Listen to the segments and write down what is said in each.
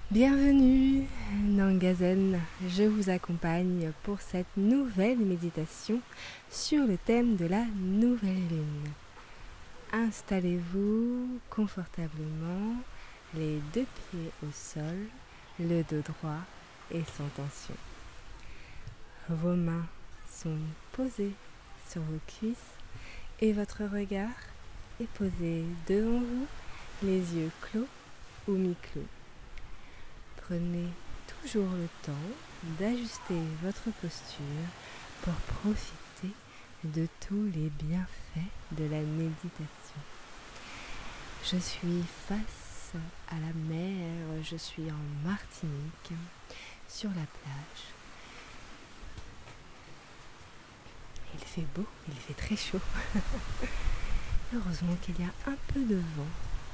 Bienvenue dans Gazen, je vous accompagne pour cette nouvelle méditation sur le thème de la nouvelle lune. Installez-vous confortablement, les deux pieds au sol, le dos droit et sans tension. Vos mains sont posées sur vos cuisses et votre regard est posé devant vous, les yeux clos ou mi-clos. Prenez toujours le temps d'ajuster votre posture pour profiter de tous les bienfaits de la méditation. Je suis face à la mer, je suis en Martinique, sur la plage. Il fait beau, il fait très chaud. Heureusement qu'il y a un peu de vent.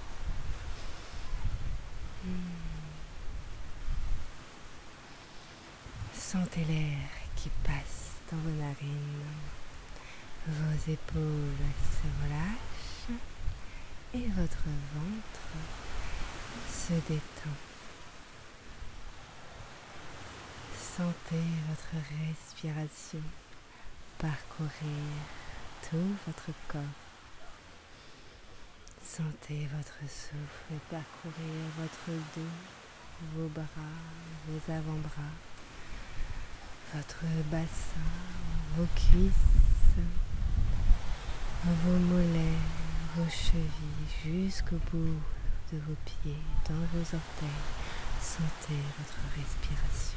Sentez l'air qui passe dans vos narines, vos épaules se relâchent et votre ventre se détend. Sentez votre respiration parcourir tout votre corps. Sentez votre souffle parcourir votre dos, vos bras, vos avant-bras, votre bassin, vos cuisses, vos mollets, vos chevilles, jusqu'au bout de vos pieds, dans vos orteils. Sentez votre respiration.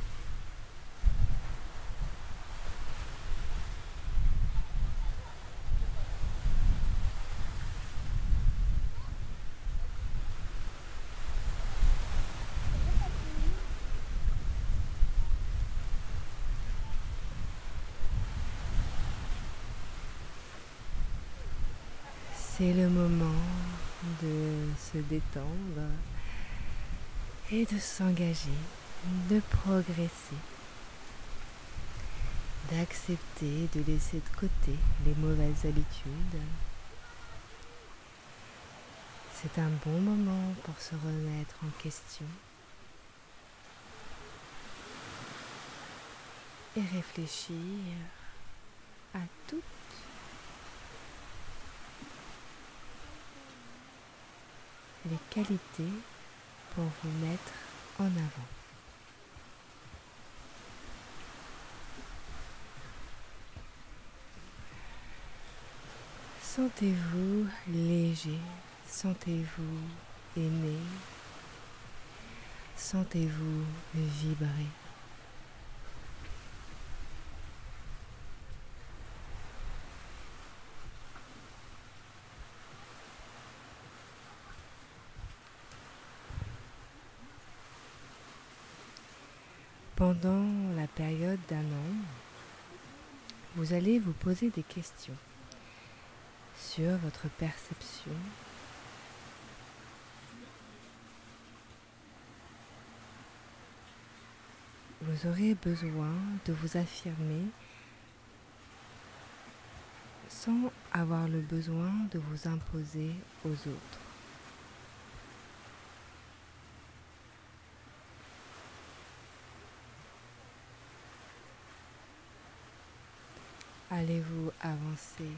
C'est le moment de se détendre et de s'engager, de progresser, d'accepter de laisser de côté les mauvaises habitudes. C'est un bon moment pour se remettre en question et réfléchir à toutes les qualités pour vous mettre en avant. Sentez-vous léger, sentez-vous aimé, sentez-vous vibrer. Pendant la période d'un an, vous allez vous poser des questions sur votre perception, vous aurez besoin de vous affirmer sans avoir le besoin de vous imposer aux autres. Allez-vous avancer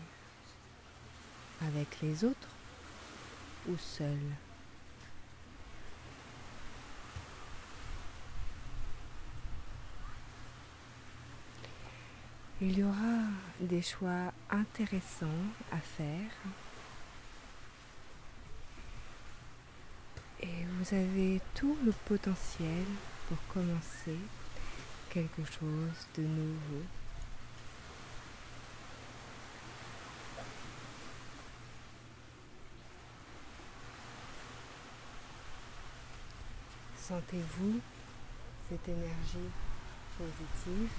avec les autres ou seul? Il y aura des choix intéressants à faire et vous avez tout le potentiel pour commencer quelque chose de nouveau. Sentez-vous cette énergie positive?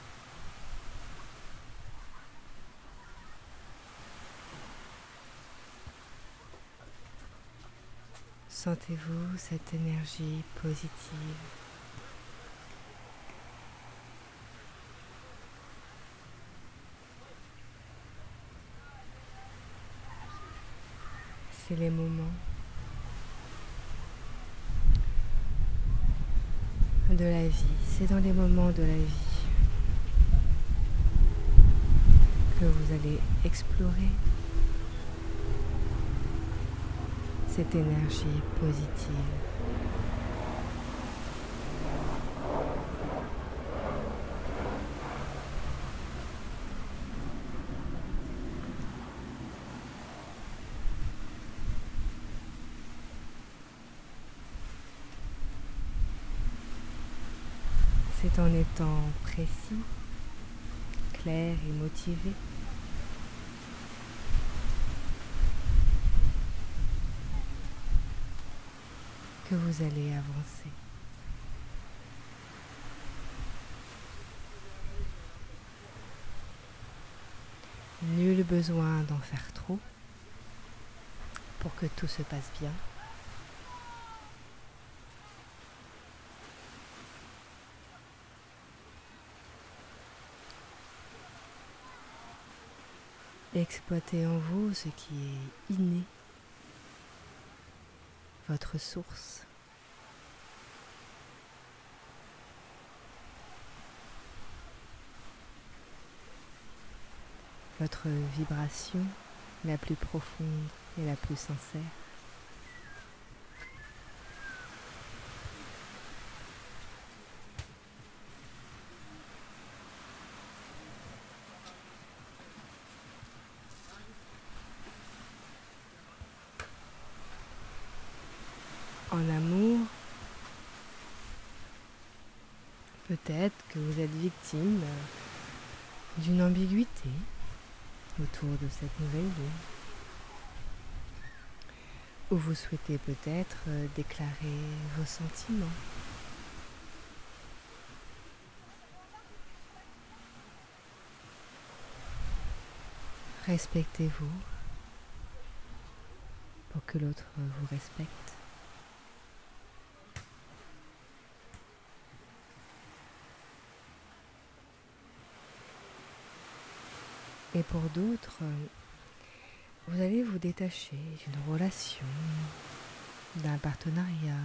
Sentez-vous cette énergie positive? C'est les moments de la vie. C'est dans les moments de la vie que vous allez explorer cette énergie positive. C'est en étant précis, clair et motivé que vous allez avancer. Nul besoin d'en faire trop pour que tout se passe bien. Exploitez en vous ce qui est inné, votre source. Votre vibration la plus profonde et la plus sincère. En amour, peut-être que vous êtes victime d'une ambiguïté autour de cette nouvelle lune, où vous souhaitez peut-être déclarer vos sentiments. Respectez-vous pour que l'autre vous respecte. Et pour d'autres, vous allez vous détacher d'une relation, d'un partenariat,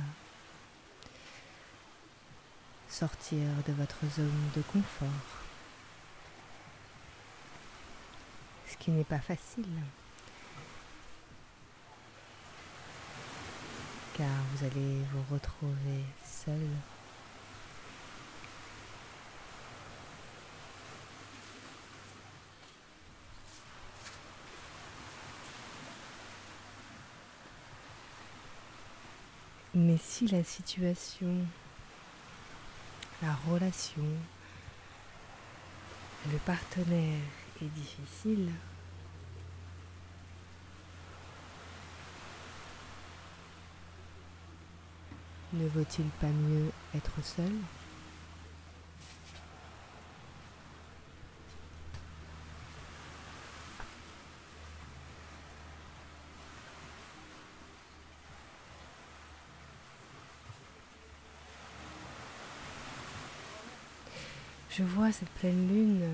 sortir de votre zone de confort, ce qui n'est pas facile, car vous allez vous retrouver seul. Mais si la situation, la relation, le partenaire est difficile, ne vaut-il pas mieux être seul ? Je vois cette pleine lune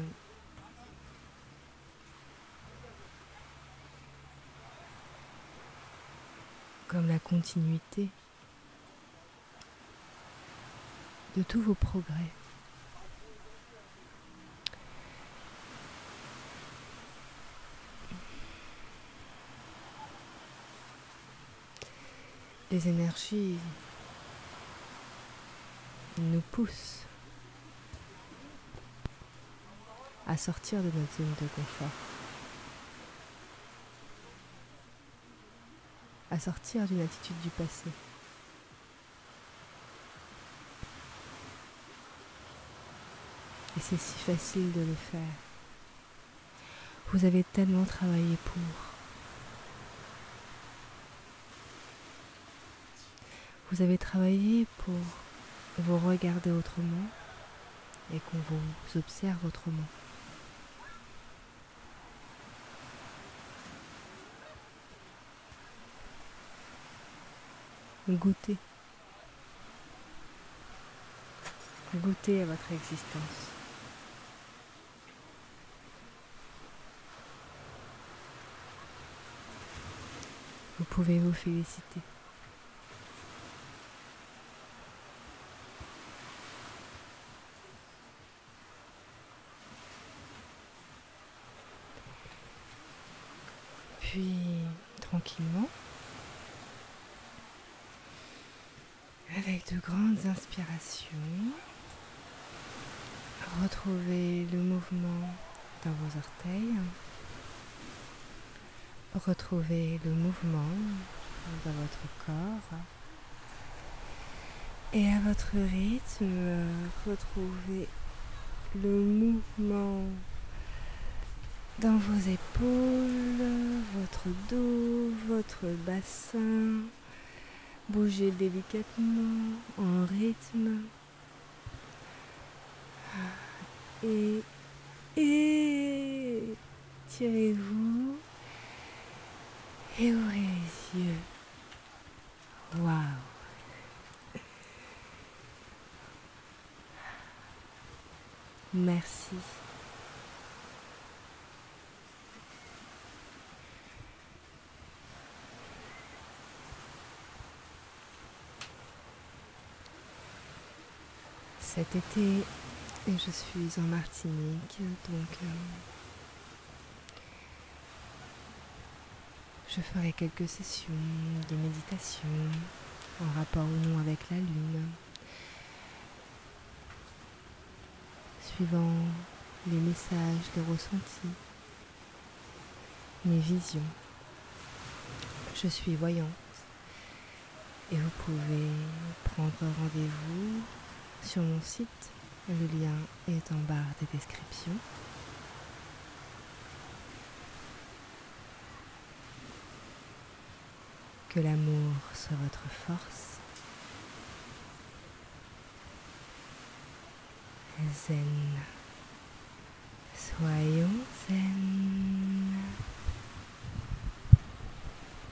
comme la continuité de tous vos progrès. Les énergies nous poussent à sortir de notre zone de confort, à sortir d'une attitude du passé. Et c'est si facile de le faire. Vous avez tellement travaillé pour. Vous avez travaillé pour vous regarder autrement et qu'on vous observe autrement. Goûtez. Goûtez à votre existence. Vous pouvez vous féliciter. avec de grandes inspirations, retrouvez le mouvement dans vos orteils. Retrouvez le mouvement dans votre corps. Et à votre rythme, retrouvez le mouvement dans vos épaules, votre dos, votre bassin. Bougez délicatement en rythme. Et étirez-vous et ouvrez les yeux. Waouh! Merci. Cet été, je suis en Martinique, donc je ferai quelques sessions de méditation en rapport ou non avec la lune, suivant les messages, les ressentis, mes visions. Je suis voyante et vous pouvez prendre rendez-vous sur mon site. Le lien est en barre de description. Que l'amour soit votre force. Zen. Soyons zen.